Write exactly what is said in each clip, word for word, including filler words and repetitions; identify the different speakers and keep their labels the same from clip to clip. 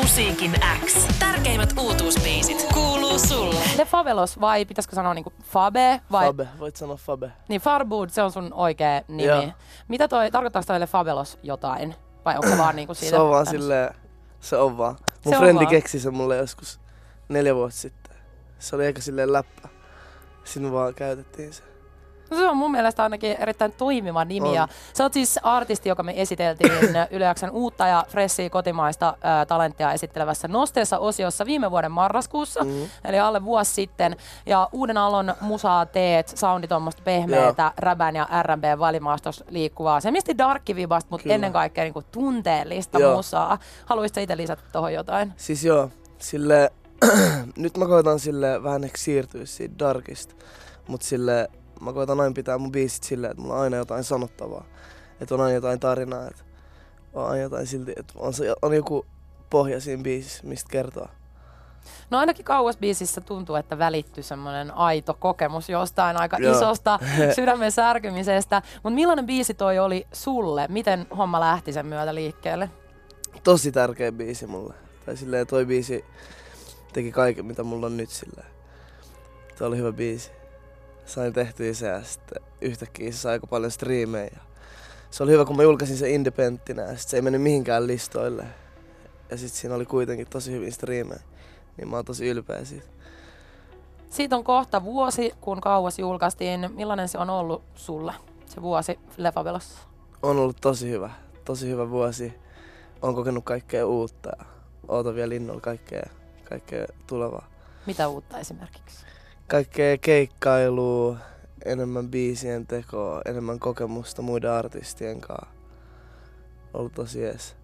Speaker 1: Musiikin X. Tärkeimmät uutuusbiisit kuuluu sulle.
Speaker 2: Le Favelos vai pitäisikö sanoa niinku Fabe? Vai?
Speaker 3: Fabe, voit sanoa Fabe.
Speaker 2: Niin Farbud, se on sun oikea nimi.
Speaker 3: Joo.
Speaker 2: Mitä toi, tarkoittaako toi Le Favelos jotain? Vai onko se vaan niinku siitä?
Speaker 3: Se on vaan silleen, se on vaan. Mun
Speaker 2: Se on
Speaker 3: frendi
Speaker 2: vaan.
Speaker 3: keksi sen mulle joskus neljä vuotta sitten. Se oli eikä silleen läppä. Sitten vaan käytettiin se.
Speaker 2: No se on mun mielestä ainakin erittäin toimiva nimi.
Speaker 3: On.
Speaker 2: Ja sä oot siis artisti, joka me esiteltiin Yle X:n uutta ja freshia kotimaista ää, talenttia esittelevässä Nosteessa osiossa viime vuoden marraskuussa,
Speaker 3: Mm.
Speaker 2: eli alle vuosi sitten. Ja uuden alon musaa teet, soundi tommoista pehmeätä, räbän ja R and B välimaastossa liikkuvaa, semmisti darkkivibasta, mutta
Speaker 3: Kyllä.
Speaker 2: ennen kaikkea niinku tunteellista
Speaker 3: Joo.
Speaker 2: musaa. Haluaisitko itse lisätä tohon jotain?
Speaker 3: Siis joo, sille nyt mä koitan sille vähän ehkä siirtyä siitä darkista. Mut sille mä koitan aina pitää mun biisit silleen, että mulla on aina jotain sanottavaa. Että on aina jotain tarinaa, että on aina jotain silti, että on, se, on joku pohja siinä biisissä, mistä kertoo.
Speaker 2: No ainakin kauas biisissä tuntuu, että välittyy semmoinen aito kokemus jostain aika
Speaker 3: Joo.
Speaker 2: isosta sydämen särkymisestä. Mutta millainen biisi toi oli sulle? Miten homma lähti sen myötä liikkeelle?
Speaker 3: Tosi tärkeä biisi mulle. Tai silleen toi biisi teki kaiken, mitä mulla on nyt silleen. Toi oli hyvä biisi. Sain tehtyä se ja sitten yhtäkkiä se sai aika paljon striimejä. Se oli hyvä, kun mä julkaisin sen independenttinä ja sit se ei mennyt mihinkään listoille. Ja sit siinä oli kuitenkin tosi hyvin striimejä. Niin mä oon tosi ylpeä siitä.
Speaker 2: Siitä on kohta vuosi, kun kauas julkaistiin. Millainen se on ollut sulle, se vuosi Le Favelossa?
Speaker 3: On ollut tosi hyvä. Tosi hyvä vuosi. Oon kokenut kaikkea uutta ja ootan vielä innolla kaikkea, kaikkea tulevaa.
Speaker 2: Mitä uutta esimerkiksi?
Speaker 3: Kaikkea keikkailua, enemmän biisien tekoa, enemmän kokemusta muiden artistien kanssa. Ollut tosi jees.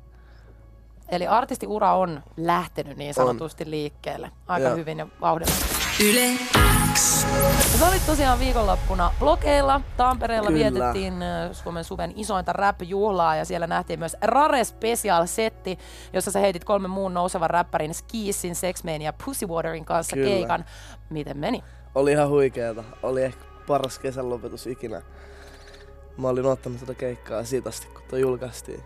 Speaker 2: Eli artistiura on lähtenyt niin sanotusti liikkeelle aika
Speaker 3: Joo.
Speaker 2: hyvin ja vauhdilla.
Speaker 1: Yle X.
Speaker 2: Sä olit tosiaan viikonloppuna blokeilla. Tampereella
Speaker 3: Kyllä.
Speaker 2: vietettiin äh, Suomen suven isointa rap-juhlaa ja siellä nähtiin myös Rare Special-setti, jossa sä heitit kolmen muun nousevan räppärin Skeezin, Sexmanin ja Pussywaterin kanssa
Speaker 3: Kyllä.
Speaker 2: keikan. Miten meni?
Speaker 3: Oli ihan huikeeta. Oli ehkä paras kesän lopetus ikinä. Mä olin ottanut tätä keikkaa siitä asti, kun toi julkaistiin.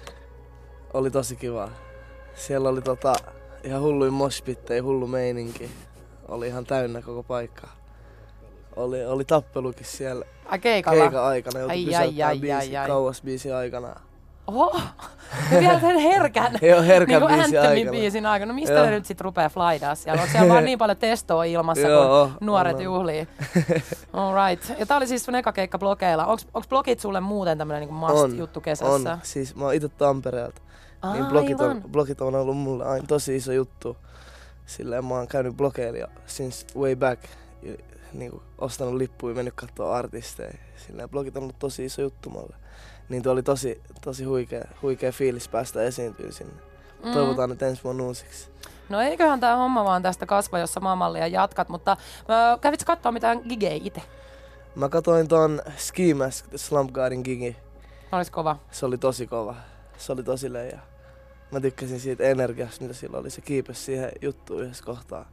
Speaker 3: Oli tosi kiva. Siellä oli tota, ihan hulluin moshpittei, hullu meininki. Oli ihan täynnä koko paikka. Oli, oli tappelukin siellä
Speaker 2: Ai keikalla?
Speaker 3: keikan aikana. Joutui
Speaker 2: Ai,
Speaker 3: pysäyttämään
Speaker 2: ai,
Speaker 3: biisi,
Speaker 2: ai, ai.
Speaker 3: kauas biisin aikana.
Speaker 2: Oho! Ja vielä sen herkän,
Speaker 3: Joo, herkän
Speaker 2: niin kuin
Speaker 3: biisin
Speaker 2: Anthemin
Speaker 3: aikana.
Speaker 2: biisin aikana. No mistä
Speaker 3: Joo.
Speaker 2: ne nyt sit rupee flydaa siellä? Onko siellä vaan niin paljon testoa ilmassa,
Speaker 3: Joo,
Speaker 2: kun nuoret
Speaker 3: on, on.
Speaker 2: juhlii? All right. Ja tää oli siis sun eka keikka blokeilla. Onks, onks blogit sulle muuten tämmönen niin must-juttu kesässä?
Speaker 3: On. Siis mä oon itse Tampereelta. Niin blogit on, blogit on ollut mulle aina tosi iso juttu. Silleen mä oon käynyt blogeilla jo since way back. Ja, niin kuin ostanut lippuja ja mennyt kattoo artisteja. Silleen blogit on ollut tosi iso juttu mulle. Niin tuo oli tosi, tosi huikea, huikea fiilis päästä esiintyä sinne.
Speaker 2: Mm.
Speaker 3: Toivotaan nyt ensi vuonna uusiksi.
Speaker 2: No eiköhän tää homma vaan tästä kasva, jos samaa mallia jatkat, mutta äh, kävitsä kattoo mitään gigejä itse?
Speaker 3: Mä katoin ton Ski Mask Slump Guardin gigi.
Speaker 2: Olis kova.
Speaker 3: Se oli tosi kova. Se oli tosi leija. Mä tykkäsin siitä energiasta, mitä sillä oli. Se kiipesi siihen juttuun yhdessä kohtaa.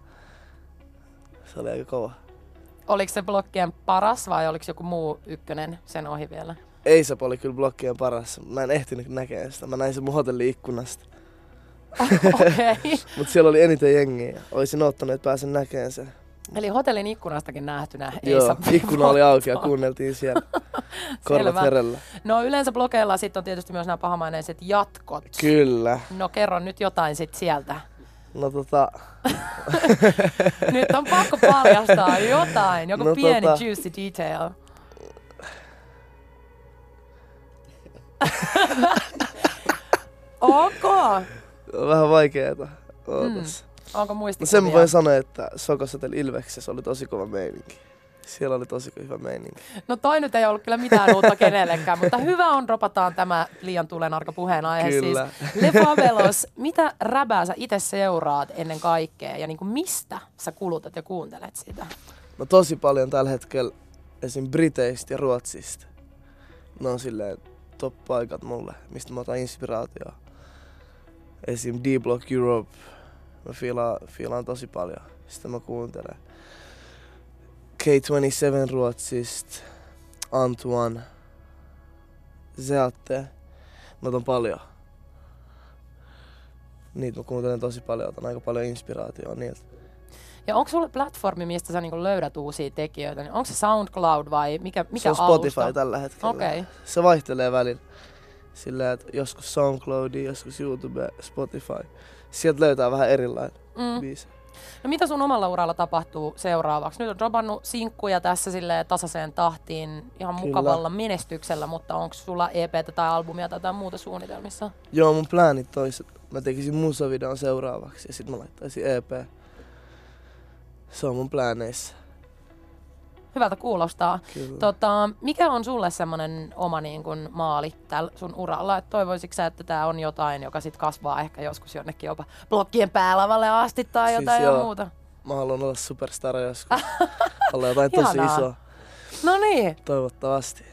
Speaker 3: Se oli aika kova.
Speaker 2: Oliko se blokkien paras vai oliko joku muu ykkönen sen ohi vielä?
Speaker 3: A$AP oli kyllä blokkien paras. Mä en ehtinyt näkemään sitä. Mä näin sen mun hotelli-ikkunasta.
Speaker 2: Okei.
Speaker 3: Mut siellä oli eniten jengiä. Oisin ottanut, että pääsen näkemään sen.
Speaker 2: Eli hotellin ikkunastakin nähtynä.
Speaker 3: Joo,
Speaker 2: A$AP
Speaker 3: ikkuna oli auki ja kuunneltiin siellä. Korvat
Speaker 2: Selvä.
Speaker 3: herellä.
Speaker 2: No yleensä blogeilla sitten on tietysti myös nämä pahamaineiset jatkot.
Speaker 3: Kyllä.
Speaker 2: No kerro nyt jotain sit sieltä.
Speaker 3: No tota...
Speaker 2: Nyt on pakko paljastaa jotain, joku
Speaker 3: No
Speaker 2: pieni
Speaker 3: tota-
Speaker 2: juicy detail. Ok.
Speaker 3: Vähän vaikeeta. Ootas.
Speaker 2: Onko
Speaker 3: No
Speaker 2: muistikuvia?
Speaker 3: sen mä voin sanoa, että Sokosatel Ilveksessä oli tosi kova meininki. Siellä oli tosi hyvä meininki.
Speaker 2: No toi nyt ei ollut kyllä mitään uutta kenellekään, mutta hyvä on, dropataan tämä liian tulenarka puheenaihe.
Speaker 3: Kyllä.
Speaker 2: Siis Le Favelos, mitä räbää sä itse seuraat ennen kaikkea ja niin kuin mistä sä kulutat ja kuuntelet sitä?
Speaker 3: No tosi paljon tällä hetkellä esim. Briteistä ja Ruotsista. Ne on silleen top-paikat mulle, mistä mä otan inspiraatioa. Esim. D-Block Europe. Mä fiilaan, fiilaan tosi paljon. Sitä mä kuuntelen. K kaksikymmentäseitsemän Ruotsista. Antoine. Zeatte. Mä otan paljon. niitä mä kuuntelen tosi paljon, otan aika paljon inspiraatiota niiltä.
Speaker 2: Ja onko sulla platformi, mistä sä niinku löydät uusia tekijöitä? Onko se SoundCloud vai mikä, mikä
Speaker 3: Se on Spotify
Speaker 2: alusta?
Speaker 3: tällä hetkellä.
Speaker 2: Okay.
Speaker 3: Se vaihtelee välillä. Sillä että joskus SoundCloud, joskus YouTube, Spotify. Sieltä löytää vähän erilainen
Speaker 2: mm.
Speaker 3: biisi.
Speaker 2: No mitä sun omalla uralla tapahtuu seuraavaksi? Nyt on dropannut sinkkuja tässä silleen tasaiseen tahtiin ihan
Speaker 3: Kyllä.
Speaker 2: mukavalla menestyksellä, mutta onko sulla E P:tä tai albumia tai jotain muuta suunnitelmissa?
Speaker 3: Joo, mun pläänit toiset. Mä tekisin musavideon seuraavaksi ja sit mä laittaisin E P. Se on mun plääneissä.
Speaker 2: Hyvältä kuulostaa.
Speaker 3: Kyllä.
Speaker 2: Tota, mikä on sulle semmonen oma niin kun, maali tällä sun uralla? Et toivoisitko sä, että tää on jotain, joka sit kasvaa ehkä joskus jonnekin jopa blokkien päälavalle asti tai
Speaker 3: Siis
Speaker 2: jotain
Speaker 3: joo.
Speaker 2: ja muuta?
Speaker 3: Mä haluan olla superstar joskus. Olla jotain tosi
Speaker 2: Ihanaa.
Speaker 3: isoa.
Speaker 2: No niin.
Speaker 3: Toivottavasti.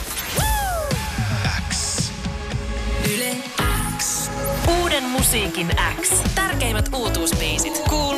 Speaker 1: X. Yle X. Uuden musiikin X. Tärkeimmät uutuusbiisit. Kuulu